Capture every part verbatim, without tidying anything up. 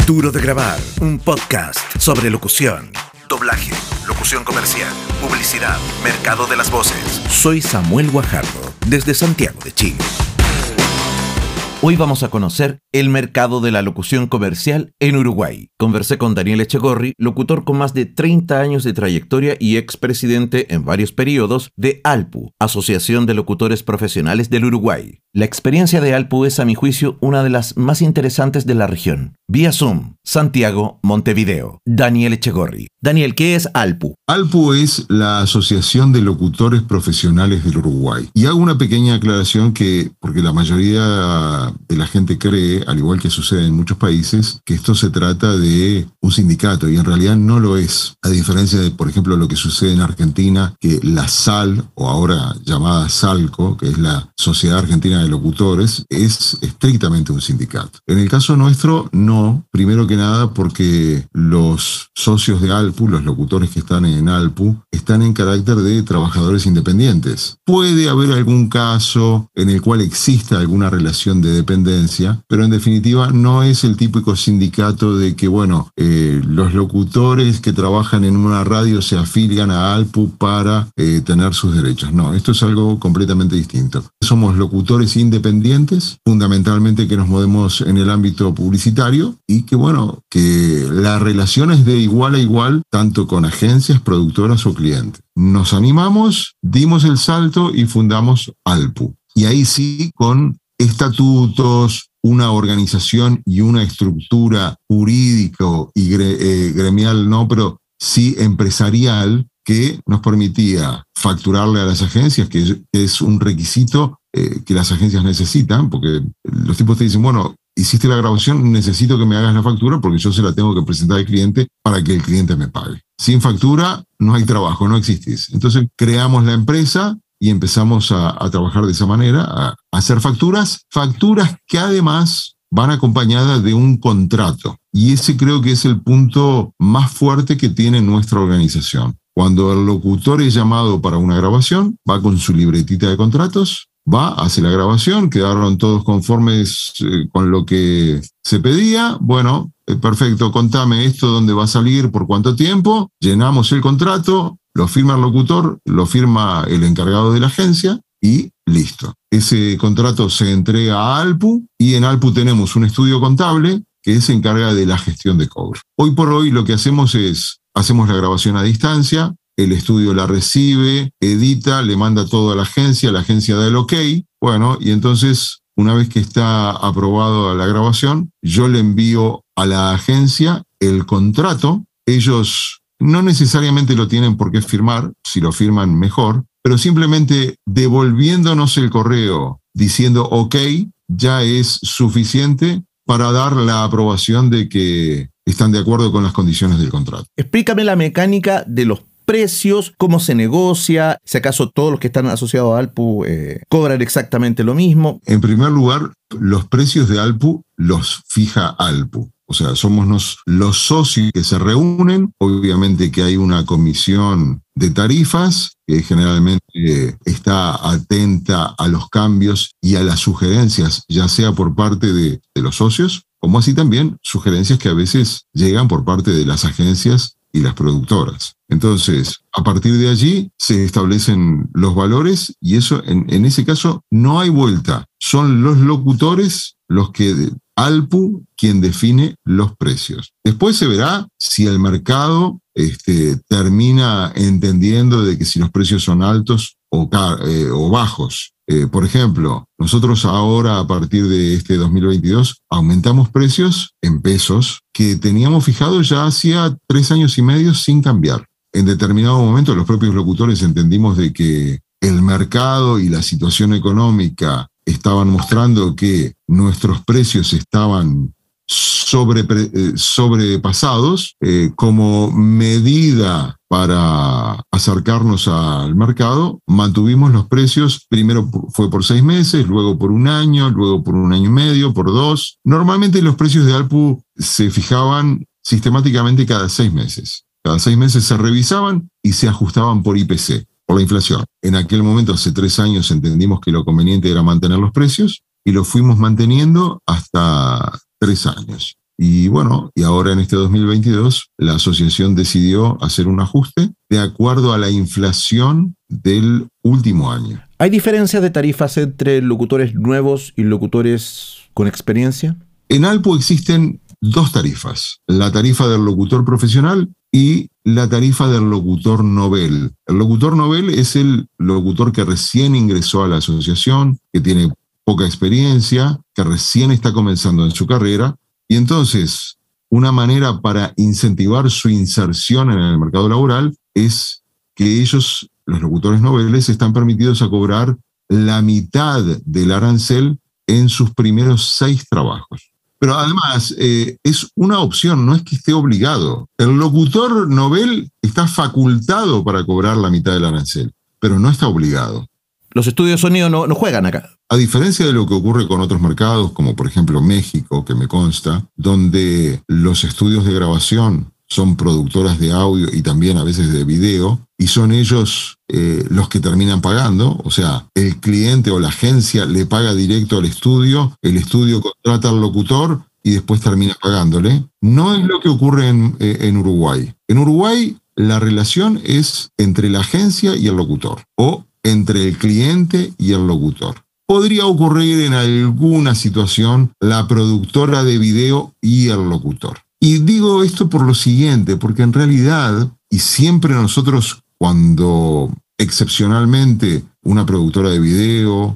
Duro de Grabar, un podcast sobre locución, doblaje, locución comercial, publicidad, mercado de las voces. Soy Samuel Guajardo, desde Santiago de Chile. Hoy vamos a conocer el mercado de la locución comercial en Uruguay. Conversé con Daniel Echegorri, locutor con más de treinta años de trayectoria y expresidente en varios periodos de ALPU, Asociación de Locutores Profesionales del Uruguay. La experiencia de ALPU es, a mi juicio, una de las más interesantes de la región. Vía Zoom, Santiago, Montevideo. Daniel Echegorri. Daniel, ¿qué es ALPU? ALPU es la Asociación de Locutores Profesionales del Uruguay. Y hago una pequeña aclaración que, porque la mayoría de la gente cree, al igual que sucede en muchos países, que esto se trata de un sindicato, y en realidad no lo es. A diferencia de, por ejemplo, lo que sucede en Argentina, que la SAL, o ahora llamada SALCO, que es la Sociedad Argentina de Locutores, es estrictamente un sindicato. En el caso nuestro, no. Primero que nada porque los socios de ALPU, los locutores que están en ALPU, están en carácter de trabajadores independientes. Puede haber algún caso en el cual exista alguna relación de dependencia, pero en definitiva no es el típico sindicato de que, bueno, eh, los locutores que trabajan en una radio se afilian a ALPU para eh, tener sus derechos. No, esto es algo completamente distinto. Somos locutores independientes, fundamentalmente que nos movemos en el ámbito publicitario y que, bueno, que la relación es de igual a igual, tanto con agencias, productoras o clientes. Nos animamos, dimos el salto y fundamos ALPU. Y ahí sí, con estatutos, una organización y una estructura jurídico y gre, eh, gremial, no, pero sí empresarial, que nos permitía facturarle a las agencias, que es, que es un requisito eh, que las agencias necesitan, porque los tipos te dicen, bueno, hiciste la grabación, necesito que me hagas la factura porque yo se la tengo que presentar al cliente para que el cliente me pague. Sin factura no hay trabajo, no existís. Entonces creamos la empresa y empezamos a, a trabajar de esa manera, a, a hacer facturas, facturas que además van acompañadas de un contrato. Y ese creo que es el punto más fuerte que tiene nuestra organización. Cuando el locutor es llamado para una grabación, va con su libretita de contratos, va, hace la grabación, quedaron todos conformes eh, con lo que se pedía. Bueno, eh, perfecto, contame esto, dónde va a salir, por cuánto tiempo. Llenamos el contrato, lo firma el locutor, lo firma el encargado de la agencia y listo. Ese contrato se entrega a ALPU y en ALPU tenemos un estudio contable que se encarga de la gestión de cobro. Hoy por hoy lo que hacemos es, hacemos la grabación a distancia, el estudio la recibe, edita, le manda todo a la agencia, la agencia da el ok, bueno, y entonces una vez que está aprobado la grabación, yo le envío a la agencia el contrato. Ellos no necesariamente lo tienen por qué firmar, si lo firman mejor, pero simplemente devolviéndonos el correo diciendo ok, ya es suficiente para dar la aprobación de que están de acuerdo con las condiciones del contrato. Explícame la mecánica de los precios, cómo se negocia, si acaso todos los que están asociados a ALPU eh, cobran exactamente lo mismo. En primer lugar, los precios de ALPU los fija ALPU. O sea, somos nos, los socios que se reúnen. Obviamente que hay una comisión de tarifas que generalmente eh, está atenta a los cambios y a las sugerencias, ya sea por parte de, de los socios, como así también sugerencias que a veces llegan por parte de las agencias y las productoras. Entonces, a partir de allí se establecen los valores y eso, en, en ese caso, no hay vuelta. Son los locutores los que ALPU quien define los precios. Después se verá si el mercado este, termina entendiendo de que si los precios son altos o, eh, o bajos. Eh, por ejemplo, nosotros ahora a partir de este dos mil veintidós aumentamos precios en pesos que teníamos fijados ya hacía tres años y medio sin cambiar. En determinado momento los propios locutores entendimos de que el mercado y la situación económica estaban mostrando que nuestros precios estaban sobre, eh, sobrepasados eh, como medida para acercarnos al mercado. Mantuvimos los precios, primero fue por seis meses, luego por un año, luego por un año y medio, por dos. Normalmente los precios de ALPU se fijaban sistemáticamente cada seis meses. Cada seis meses se revisaban y se ajustaban por I P C, por la inflación. En aquel momento, hace tres años, entendimos que lo conveniente era mantener los precios y los fuimos manteniendo hasta tres años. Y bueno, y ahora en este dos mil veintidós la asociación decidió hacer un ajuste de acuerdo a la inflación del último año. ¿Hay diferencias de tarifas entre locutores nuevos y locutores con experiencia? En Alpo existen dos tarifas, la tarifa del locutor profesional y la tarifa del locutor novel. El locutor novel es el locutor que recién ingresó a la asociación, que tiene poca experiencia, que recién está comenzando en su carrera, y entonces una manera para incentivar su inserción en el mercado laboral es que ellos, los locutores noveles, están permitidos a cobrar la mitad del arancel en sus primeros seis trabajos. Pero además eh, es una opción, no es que esté obligado. El locutor novel está facultado para cobrar la mitad del arancel, pero no está obligado. Los estudios de sonido no, no juegan acá. A diferencia de lo que ocurre con otros mercados, como por ejemplo México, que me consta, donde los estudios de grabación son productoras de audio y también a veces de video, y son ellos eh, los que terminan pagando, o sea, el cliente o la agencia le paga directo al estudio, el estudio contrata al locutor y después termina pagándole. No es lo que ocurre en, eh, en Uruguay. En Uruguay la relación es entre la agencia y el locutor, o entre el cliente y el locutor. Podría ocurrir en alguna situación la productora de video y el locutor. Y digo esto por lo siguiente, porque en realidad, y siempre nosotros cuando excepcionalmente una productora de video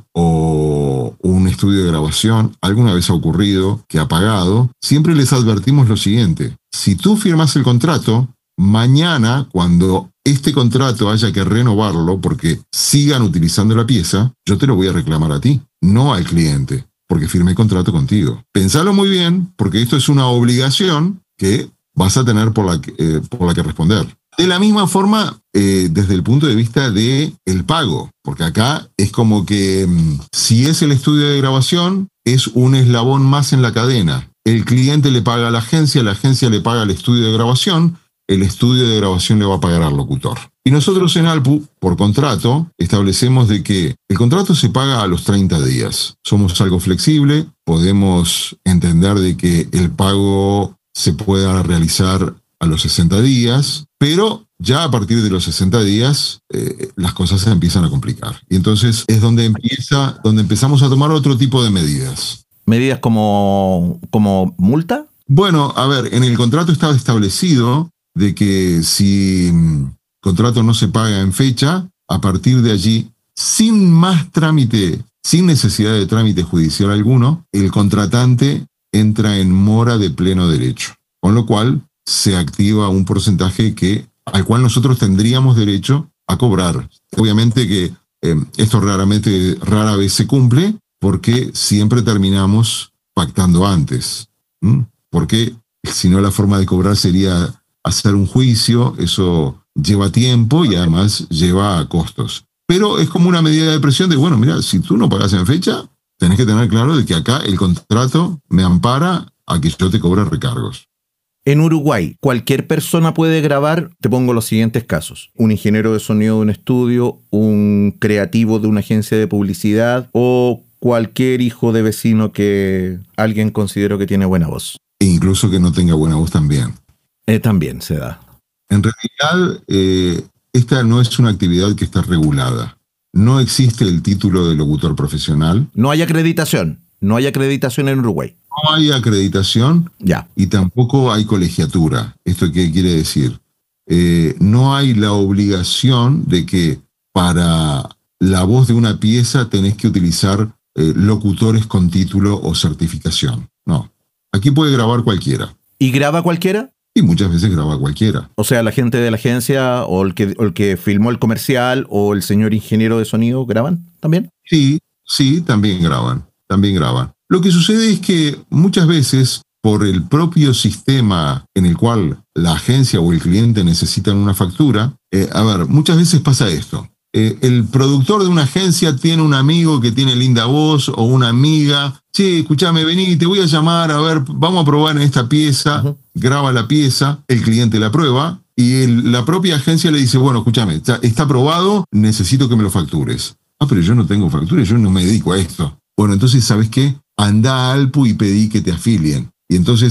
o un estudio de grabación, alguna vez ha ocurrido que ha pagado, siempre les advertimos lo siguiente: si tú firmas el contrato, mañana cuando este contrato haya que renovarlo porque sigan utilizando la pieza, yo te lo voy a reclamar a ti, no al cliente, porque firmé contrato contigo. Pensalo muy bien, porque esto es una obligación que vas a tener por la que, eh, por la que responder. De la misma forma, eh, desde el punto de vista del pago, porque acá es como que mmm, si es el estudio de grabación, es un eslabón más en la cadena. El cliente le paga a la agencia, la agencia le paga al estudio de grabación, el estudio de grabación le va a pagar al locutor. Y nosotros en Alpu, por contrato, establecemos de que el contrato se paga a los treinta días. Somos algo flexible, podemos entender de que el pago se pueda realizar a los sesenta días, pero ya a partir de los sesenta días eh, las cosas se empiezan a complicar. Y entonces es donde, empieza, donde empezamos a tomar otro tipo de medidas. ¿Medidas como, como multa? Bueno, a ver, en el contrato estaba establecido de que si el contrato no se paga en fecha, a partir de allí, sin más trámite, sin necesidad de trámite judicial alguno, el contratante entra en mora de pleno derecho, con lo cual se activa un porcentaje que, al cual nosotros tendríamos derecho a cobrar. Obviamente que eh, esto raramente, rara vez se cumple, porque siempre terminamos pactando antes. ¿Mm? Porque si no, la forma de cobrar sería hacer un juicio, eso lleva tiempo y además lleva costos. Pero es como una medida de presión de, bueno, mira, si tú no pagas en fecha, tenés que tener claro de que acá el contrato me ampara a que yo te cobre recargos. En Uruguay, cualquier persona puede grabar, te pongo los siguientes casos: un ingeniero de sonido de un estudio, un creativo de una agencia de publicidad o cualquier hijo de vecino que alguien considere que tiene buena voz. E incluso que no tenga buena voz también. Eh, también se da. En realidad, eh, esta no es una actividad que está regulada. No existe el título de locutor profesional. No hay acreditación. No hay acreditación en Uruguay. No hay acreditación. Ya. Y tampoco hay colegiatura. ¿Esto qué quiere decir? Eh, no hay la obligación de que para la voz de una pieza tenés que utilizar eh, locutores con título o certificación. No. Aquí puede grabar cualquiera. ¿Y graba cualquiera? Y muchas veces graba cualquiera. O sea, la gente de la agencia o el que, o el que filmó el comercial o el señor ingeniero de sonido, ¿graban también? Sí, sí, también graban, también graban. Lo que sucede es que muchas veces, por el propio sistema en el cual la agencia o el cliente necesitan una factura, eh, a ver, muchas veces pasa esto. Eh, el productor de una agencia tiene un amigo que tiene linda voz o una amiga. Che, escuchame, vení, te voy a llamar, a ver, vamos a probar en esta pieza. Uh-huh. Graba la pieza, el cliente la prueba y el, la propia agencia le dice, bueno, escúchame, está, está aprobado, necesito que me lo factures. Ah, pero yo no tengo factura, yo no me dedico a esto. Bueno, entonces, ¿sabes qué? Andá a Alpu y pedí que te afilien. Y entonces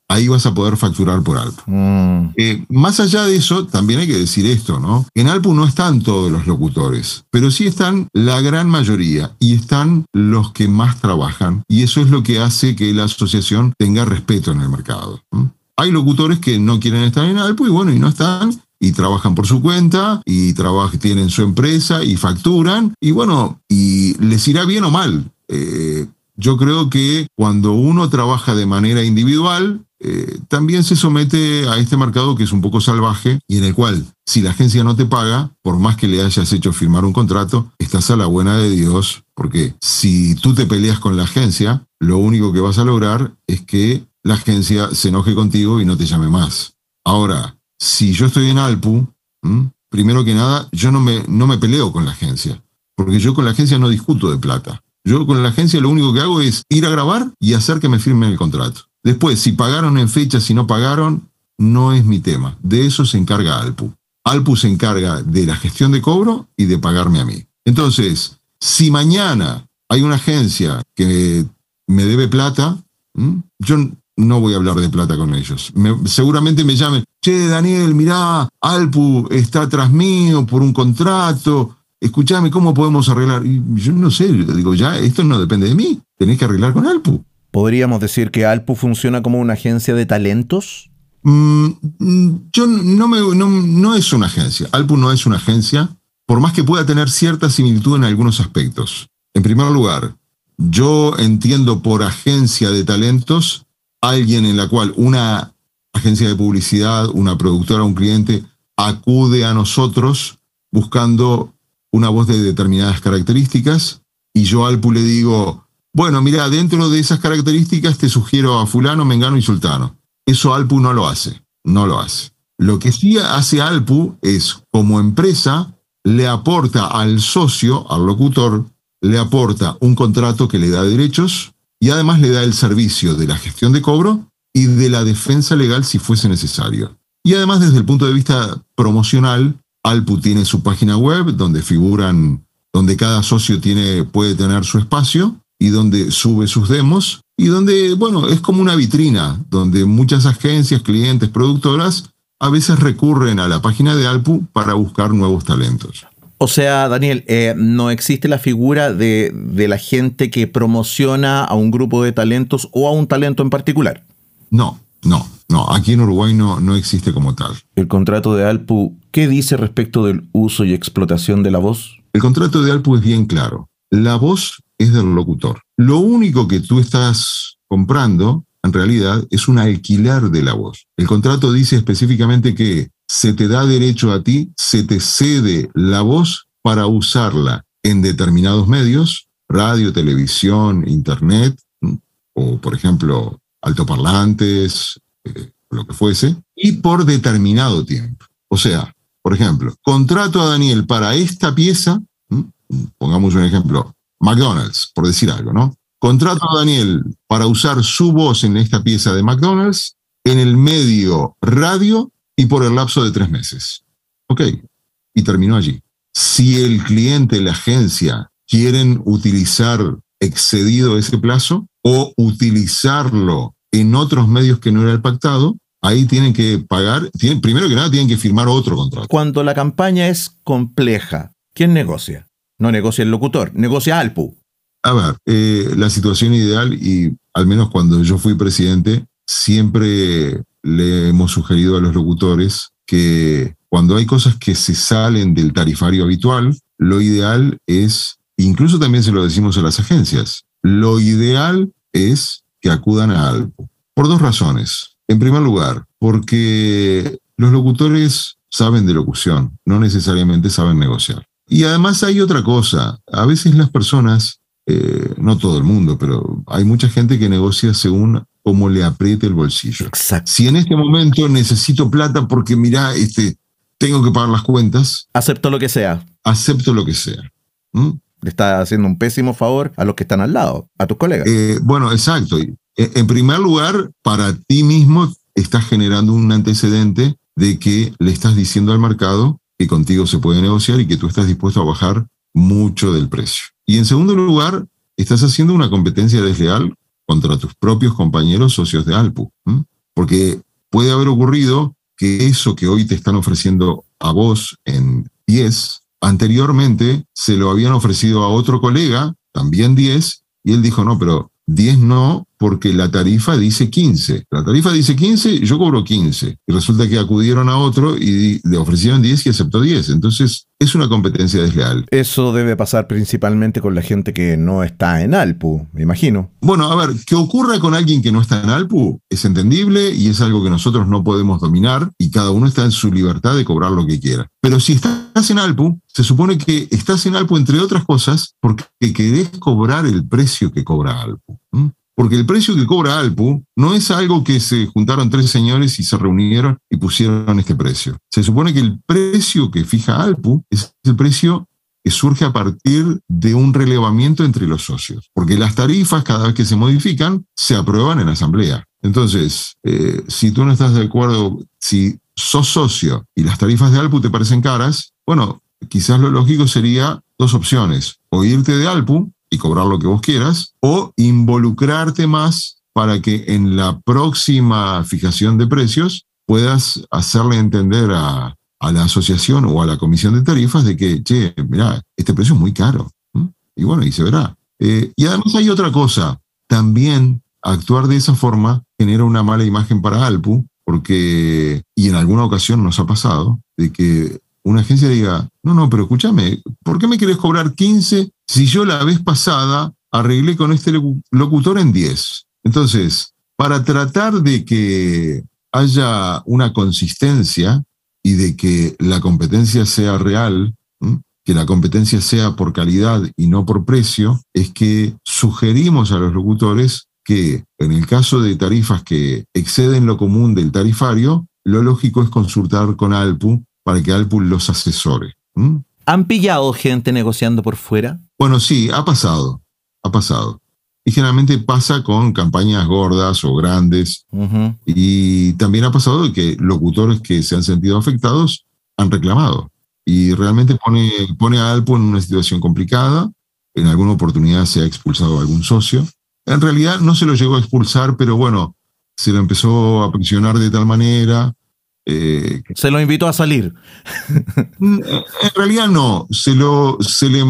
ahí vas a poder facturar por Alpu. Mm. Eh, más allá de eso, también hay que decir esto, ¿no? En Alpu no están todos los locutores, pero sí están la gran mayoría y están los que más trabajan, y eso es lo que hace que la asociación tenga respeto en el mercado. ¿Mm? Hay locutores que no quieren estar en Alpu y bueno, y no están, y trabajan por su cuenta, y trabajan, tienen su empresa, y facturan, y bueno, y les irá bien o mal. Eh, yo creo que cuando uno trabaja de manera individual, eh, también se somete a este mercado que es un poco salvaje, y en el cual, si la agencia no te paga, por más que le hayas hecho firmar un contrato, estás a la buena de Dios, porque si tú te peleas con la agencia, lo único que vas a lograr es que la agencia se enoje contigo y no te llame más. Ahora, si yo estoy en Alpu, ¿m? primero que nada, yo no me, no me peleo con la agencia, porque yo con la agencia no discuto de plata. Yo con la agencia lo único que hago es ir a grabar y hacer que me firmen el contrato. Después, si pagaron en fecha, si no pagaron, no es mi tema. De eso se encarga Alpu. Alpu se encarga de la gestión de cobro y de pagarme a mí. Entonces, si mañana hay una agencia que me debe plata, ¿m? yo no voy a hablar de plata con ellos. Me, seguramente me llamen, che, Daniel, mirá, Alpu está tras mío por un contrato, escuchame, ¿cómo podemos arreglar? Y yo no sé, digo, ya, esto no depende de mí, tenés que arreglar con Alpu. ¿Podríamos decir que Alpu funciona como una agencia de talentos? Mm, yo no, me, no, no es una agencia, Alpu no es una agencia, por más que pueda tener cierta similitud en algunos aspectos. En primer lugar, yo entiendo por agencia de talentos alguien en la cual una agencia de publicidad, una productora, un cliente acude a nosotros buscando una voz de determinadas características, y yo a Alpu le digo, bueno, mira, dentro de esas características te sugiero a fulano, mengano y sultano. Eso Alpu no lo hace, no lo hace. Lo que sí hace Alpu es, como empresa, le aporta al socio, al locutor, le aporta un contrato que le da derechos y además le da el servicio de la gestión de cobro y de la defensa legal si fuese necesario. Y además, desde el punto de vista promocional, Alpu tiene su página web donde figuran, donde cada socio tiene, puede tener su espacio y donde sube sus demos y donde, bueno, es como una vitrina donde muchas agencias, clientes, productoras a veces recurren a la página de Alpu para buscar nuevos talentos. O sea, Daniel, eh, no existe la figura de, de la gente que promociona a un grupo de talentos o a un talento en particular. No, no, no. Aquí en Uruguay no, no existe como tal. El contrato de Alpu, ¿qué dice respecto del uso y explotación de la voz? El contrato de Alpu es bien claro. La voz es del locutor. Lo único que tú estás comprando, en realidad, es un alquiler de la voz. El contrato dice específicamente que se te da derecho a ti, se te cede la voz para usarla en determinados medios, radio, televisión, internet, o por ejemplo, altoparlantes, eh, lo que fuese, y por determinado tiempo. O sea, por ejemplo, contrato a Daniel para esta pieza, ¿m? pongamos un ejemplo, McDonald's, por decir algo, ¿no? Contrato a Daniel para usar su voz en esta pieza de McDonald's, en el medio radio y por el lapso de tres meses. Ok, y terminó allí. Si el cliente, la agencia, quieren utilizar excedido ese plazo o utilizarlo en otros medios que no era el pactado, ahí tienen que pagar, tienen, primero que nada tienen que firmar otro contrato. Cuando la campaña es compleja, ¿quién negocia? No negocia el locutor, negocia Alpu. A ver, eh, la situación ideal, y al menos cuando yo fui presidente, siempre le hemos sugerido a los locutores que cuando hay cosas que se salen del tarifario habitual, lo ideal es, incluso también se lo decimos a las agencias, lo ideal es que acudan a Alpu. Por dos razones. En primer lugar, porque los locutores saben de locución, no necesariamente saben negociar. Y además hay otra cosa, a veces las personas, eh, no todo el mundo, pero hay mucha gente que negocia según cómo le apriete el bolsillo. Exacto. Si en este momento necesito plata porque mirá, este, tengo que pagar las cuentas, acepto lo que sea. Acepto lo que sea. ¿Mm? Le está haciendo un pésimo favor a los que están al lado, a tus colegas. Eh, bueno, exacto. En primer lugar, para ti mismo estás generando un antecedente de que le estás diciendo al mercado que contigo se puede negociar y que tú estás dispuesto a bajar mucho del precio. Y en segundo lugar, estás haciendo una competencia desleal contra tus propios compañeros socios de Alpu. ¿Mm? Porque puede haber ocurrido que eso que hoy te están ofreciendo a vos en diez, anteriormente se lo habían ofrecido a otro colega, también diez, y él dijo, no, pero diez no, porque la tarifa dice quince. La tarifa dice quince, yo cobro quince. Y resulta que acudieron a otro y le ofrecieron diez y aceptó diez. Entonces, es una competencia desleal. Eso debe pasar principalmente con la gente que no está en Alpu, me imagino. Bueno, a ver, que ocurra con alguien que no está en Alpu es entendible y es algo que nosotros no podemos dominar y cada uno está en su libertad de cobrar lo que quiera. Pero si estás en Alpu, se supone que estás en Alpu, entre otras cosas, porque querés cobrar el precio que cobra Alpu. ¿Mm? Porque el precio que cobra Alpu no es algo que se juntaron tres señores y se reunieron y pusieron este precio. Se supone que el precio que fija Alpu es el precio que surge a partir de un relevamiento entre los socios. Porque las tarifas, cada vez que se modifican, se aprueban en asamblea. Entonces, eh, si tú no estás de acuerdo, si sos socio y las tarifas de Alpu te parecen caras, bueno, quizás lo lógico sería dos opciones. O irte de Alpu y cobrar lo que vos quieras, o involucrarte más para que en la próxima fijación de precios puedas hacerle entender a, a la asociación o a la comisión de tarifas de que, che, mirá, este precio es muy caro. ¿Mm? Y bueno, y se verá. Eh, y además hay otra cosa, también actuar de esa forma genera una mala imagen para Alpu, porque, y en alguna ocasión nos ha pasado, de que una agencia diga, no, no, pero escúchame, ¿por qué me querés cobrar quince si yo la vez pasada arreglé con este locutor en diez? Entonces, para tratar de que haya una consistencia y de que la competencia sea real, ¿m? que la competencia sea por calidad y no por precio, es que sugerimos a los locutores que en el caso de tarifas que exceden lo común del tarifario, lo lógico es consultar con Alpu para que Alpu los asesore. ¿Mm? ¿Han pillado gente negociando por fuera? Bueno, sí, ha pasado, ha pasado. Y generalmente pasa con campañas gordas o grandes. Uh-huh. Y también ha pasado que locutores que se han sentido afectados han reclamado. Y realmente pone, pone a Alpu en una situación complicada. En alguna oportunidad se ha expulsado a algún socio. En realidad no se lo llegó a expulsar, pero bueno, se lo empezó a presionar de tal manera. Eh, se lo invitó a salir. En realidad no, se, lo, se le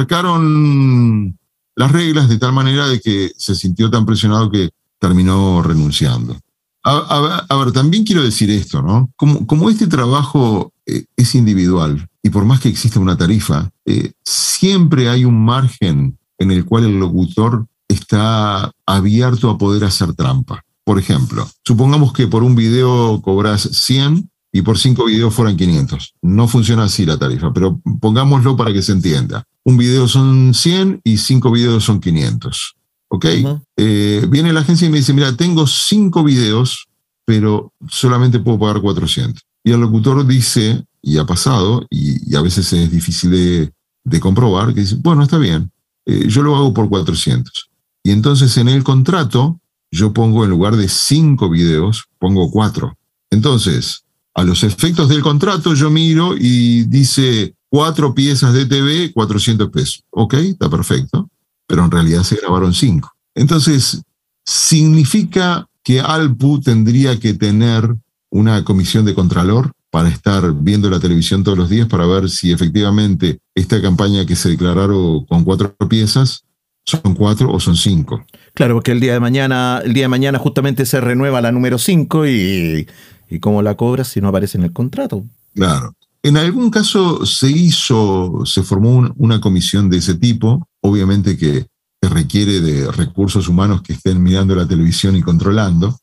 marcaron las reglas de tal manera de que se sintió tan presionado que terminó renunciando. A, a, a ver, también quiero decir esto, ¿no? Como, como este trabajo eh, es individual y por más que exista una tarifa, eh, siempre hay un margen en el cual el locutor está abierto a poder hacer trampa. Por ejemplo, supongamos que por un video cobras cien y por cinco videos fueran quinientos. No funciona así la tarifa, pero pongámoslo para que se entienda. Un video son cien y cinco videos son quinientos. ¿Ok? Uh-huh. Eh, viene la agencia y me dice, mira, tengo cinco videos, pero solamente puedo pagar cuatrocientos. Y el locutor dice, y ha pasado, y, y a veces es difícil de, de comprobar, que dice, bueno, está bien, eh, yo lo hago por cuatrocientos. Y entonces en el contrato yo pongo en lugar de cinco videos, pongo cuatro. Entonces, a los efectos del contrato yo miro y dice cuatro piezas de T V, cuatrocientos pesos. Ok, está perfecto, pero en realidad se grabaron cinco. Entonces, significa que Alpu tendría que tener una comisión de contralor para estar viendo la televisión todos los días para ver si efectivamente esta campaña que se declararon con cuatro piezas son cuatro o son cinco. Claro, porque el día de mañana, el día de mañana justamente se renueva la número cinco y, y ¿cómo la cobras si no aparece en el contrato? Claro. En algún caso se hizo, se formó un, una comisión de ese tipo, obviamente que, que requiere de recursos humanos que estén mirando la televisión y controlando.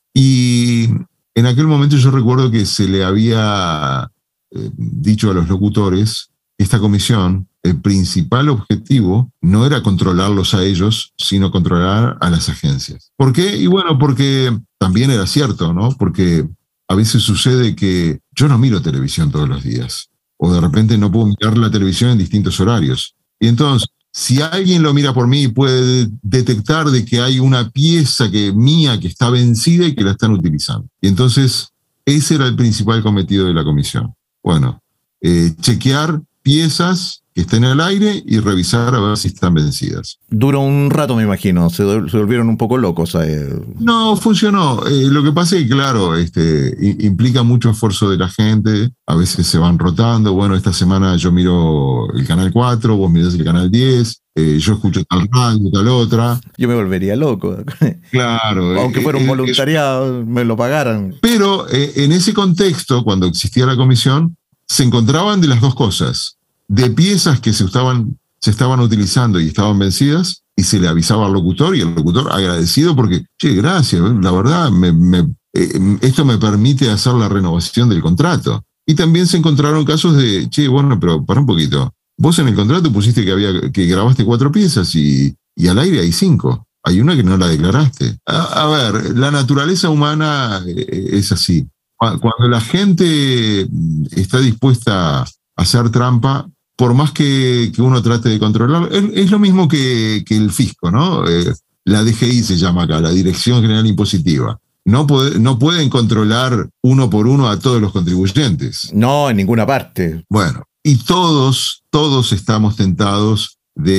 Y en aquel momento yo recuerdo que se le había eh, dicho a los locutores, esta comisión, el principal objetivo no era controlarlos a ellos, sino controlar a las agencias. ¿Por qué? Y bueno, porque también era cierto, ¿no? Porque a veces sucede que yo no miro televisión todos los días, o de repente no puedo mirar la televisión en distintos horarios. Y entonces, si alguien lo mira por mí, puede detectar de que hay una pieza que, mía que está vencida y que la están utilizando. Y entonces, ese era el principal cometido de la comisión. Bueno, eh, chequear piezas que estén al aire y revisar a ver si están vencidas. Duró un rato, me imagino, se, se volvieron un poco locos. Eh. No, funcionó. Eh, lo que pasa es que, claro, este, implica mucho esfuerzo de la gente, a veces se van rotando. Bueno, esta semana yo miro el canal cuatro, vos mirás el canal diez, eh, yo escucho tal radio, tal otra. Yo me volvería loco. Claro. Aunque fuera un eh, voluntariado, es, me lo pagaran. Pero eh, en ese contexto, cuando existía la comisión, se encontraban de las dos cosas. De piezas que se estaban, se estaban utilizando y estaban vencidas, y se le avisaba al locutor, y el locutor agradecido porque, che, gracias, la verdad, me, me, eh, esto me permite hacer la renovación del contrato. Y también se encontraron casos de, che, bueno, pero para un poquito, vos en el contrato pusiste que, había, que grabaste cuatro piezas y, y al aire hay cinco. Hay una que no la declaraste. A, a ver, la naturaleza humana es así. Cuando la gente está dispuesta a hacer trampa, por más que, que uno trate de controlarlo, es, es lo mismo que, que el fisco, ¿no? Eh, la D G I se llama acá, la Dirección General Impositiva. No, puede, no pueden controlar uno por uno a todos los contribuyentes. No, en ninguna parte. Bueno, y todos, todos estamos tentados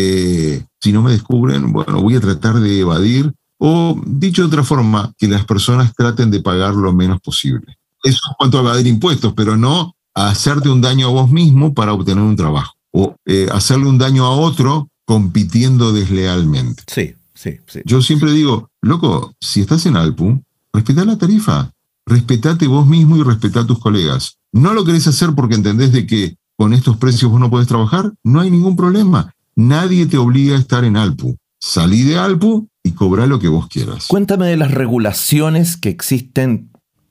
de, si no me descubren, bueno, voy a tratar de evadir, o dicho de otra forma, que las personas traten de pagar lo menos posible. Eso en cuanto a evadir impuestos, pero no a hacerte un daño a vos mismo para obtener un trabajo, o eh, hacerle un daño a otro compitiendo deslealmente. Sí, sí, sí. Yo siempre digo, loco, si estás en Alpu, respetá la tarifa, respetate vos mismo y respetá a tus colegas. ¿No lo querés hacer porque entendés de que con estos precios vos no podés trabajar? No hay ningún problema. Nadie te obliga a estar en Alpu. Salí de Alpu y cobrá lo que vos quieras. Cuéntame de las regulaciones que existen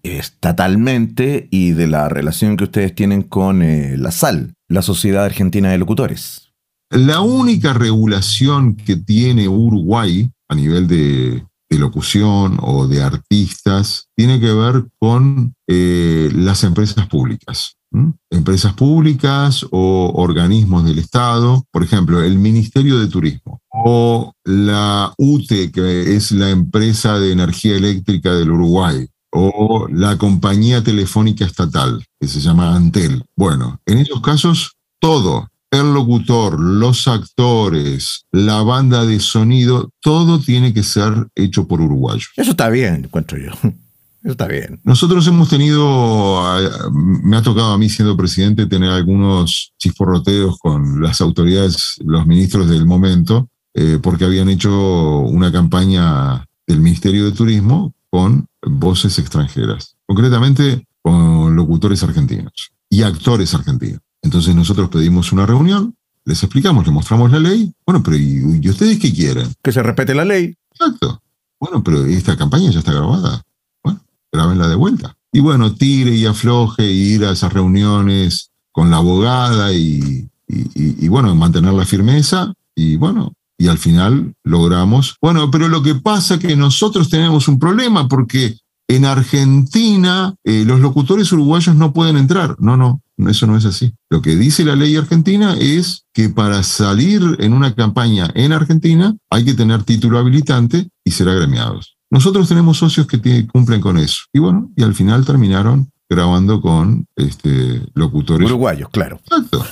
estatalmente y de la relación que ustedes tienen con eh, la S A L, la Sociedad Argentina de Locutores. La única regulación que tiene Uruguay a nivel de, de locución o de artistas tiene que ver con eh, las empresas públicas. ¿Mm? Empresas públicas o organismos del Estado, por ejemplo, el Ministerio de Turismo o la U T E, que es la empresa de energía eléctrica del Uruguay, o la compañía telefónica estatal, que se llama Antel. Bueno, en esos casos, todo, el locutor, los actores, la banda de sonido, todo tiene que ser hecho por uruguayos. Eso está bien, encuentro yo. Eso está bien. Nosotros hemos tenido, me ha tocado a mí siendo presidente tener algunos chisporroteos con las autoridades, los ministros del momento, eh, porque habían hecho una campaña del Ministerio de Turismo con voces extranjeras, concretamente con locutores argentinos y actores argentinos. Entonces nosotros pedimos una reunión, les explicamos, les mostramos la ley. Bueno, pero ¿y, y ustedes qué quieren? Que se respete la ley. Exacto. Bueno, pero esta campaña ya está grabada. Bueno, grábenla de vuelta. Y bueno, tire y afloje y ir a esas reuniones con la abogada y, y, y, y bueno, mantener la firmeza y bueno, y al final logramos. Bueno, pero lo que pasa es que nosotros tenemos un problema porque en Argentina eh, los locutores uruguayos no pueden entrar. No, no, eso no es así. Lo que dice la ley argentina es que para salir en una campaña en Argentina hay que tener título habilitante y ser agremiados. Nosotros tenemos socios que tienen, cumplen con eso. Y bueno, y al final terminaron grabando con este, locutores uruguayos, claro. Exacto.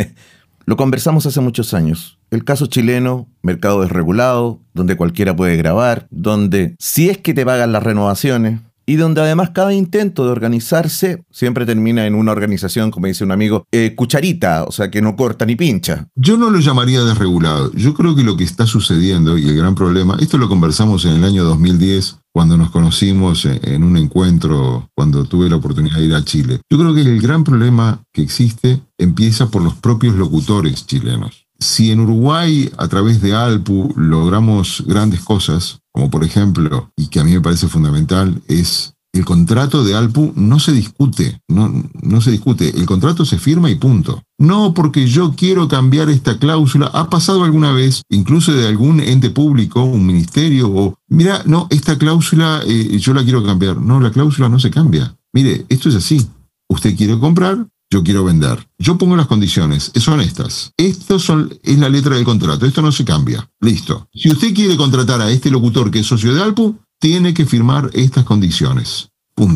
Lo conversamos hace muchos años. El caso chileno, mercado desregulado, donde cualquiera puede grabar, donde si es que te pagan las renovaciones, y donde además cada intento de organizarse siempre termina en una organización, como dice un amigo, eh, cucharita, o sea, que no corta ni pincha. Yo no lo llamaría desregulado. Yo creo que lo que está sucediendo y el gran problema, esto lo conversamos en el año dos mil diez, cuando nos conocimos en un encuentro, cuando tuve la oportunidad de ir a Chile. Yo creo que el gran problema que existe empieza por los propios locutores chilenos. Si en Uruguay, a través de Alpu, logramos grandes cosas, como por ejemplo, y que a mí me parece fundamental, es el contrato de Alpu no se discute, no, no se discute, el contrato se firma y punto. No porque yo quiero cambiar esta cláusula, ha pasado alguna vez, incluso de algún ente público, un ministerio, o mira, no, esta cláusula eh, yo la quiero cambiar. No, la cláusula no se cambia. Mire, esto es así, usted quiere comprar, yo quiero vender. Yo pongo las condiciones, son estas. Esto son, es la letra del contrato, esto no se cambia. Listo. Si usted quiere contratar a este locutor que es socio de Alpu, tiene que firmar estas condiciones. Punto.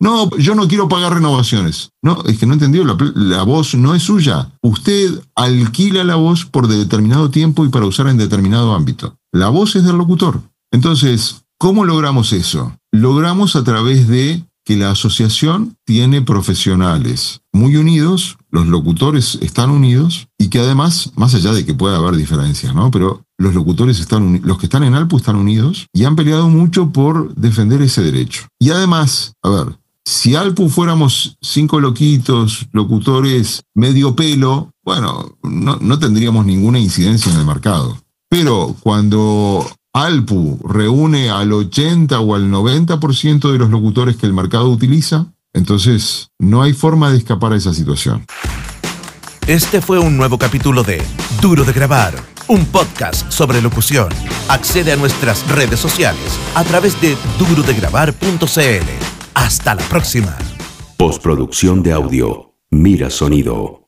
no, yo no quiero pagar renovaciones. No, es que no entendió, la, la voz no es suya. Usted alquila la voz por determinado tiempo y para usar en determinado ámbito. La voz es del locutor. Entonces, ¿cómo logramos eso? Logramos a través de que la asociación tiene profesionales muy unidos, los locutores están unidos y que además, más allá de que pueda haber diferencias, ¿no? Pero los locutores están unidos, los que están en ALPU están unidos y han peleado mucho por defender ese derecho. Y además, a ver, si ALPU fuéramos cinco loquitos, locutores medio pelo, bueno, no, no tendríamos ninguna incidencia en el mercado. Pero cuando ALPU reúne al ochenta o al noventa por ciento de los locutores que el mercado utiliza, entonces no hay forma de escapar a esa situación. Este fue un nuevo capítulo de Duro de Grabar, un podcast sobre locución. Accede a nuestras redes sociales a través de duro de grabar punto c l. Hasta la próxima. Postproducción de audio. Mira Sonido.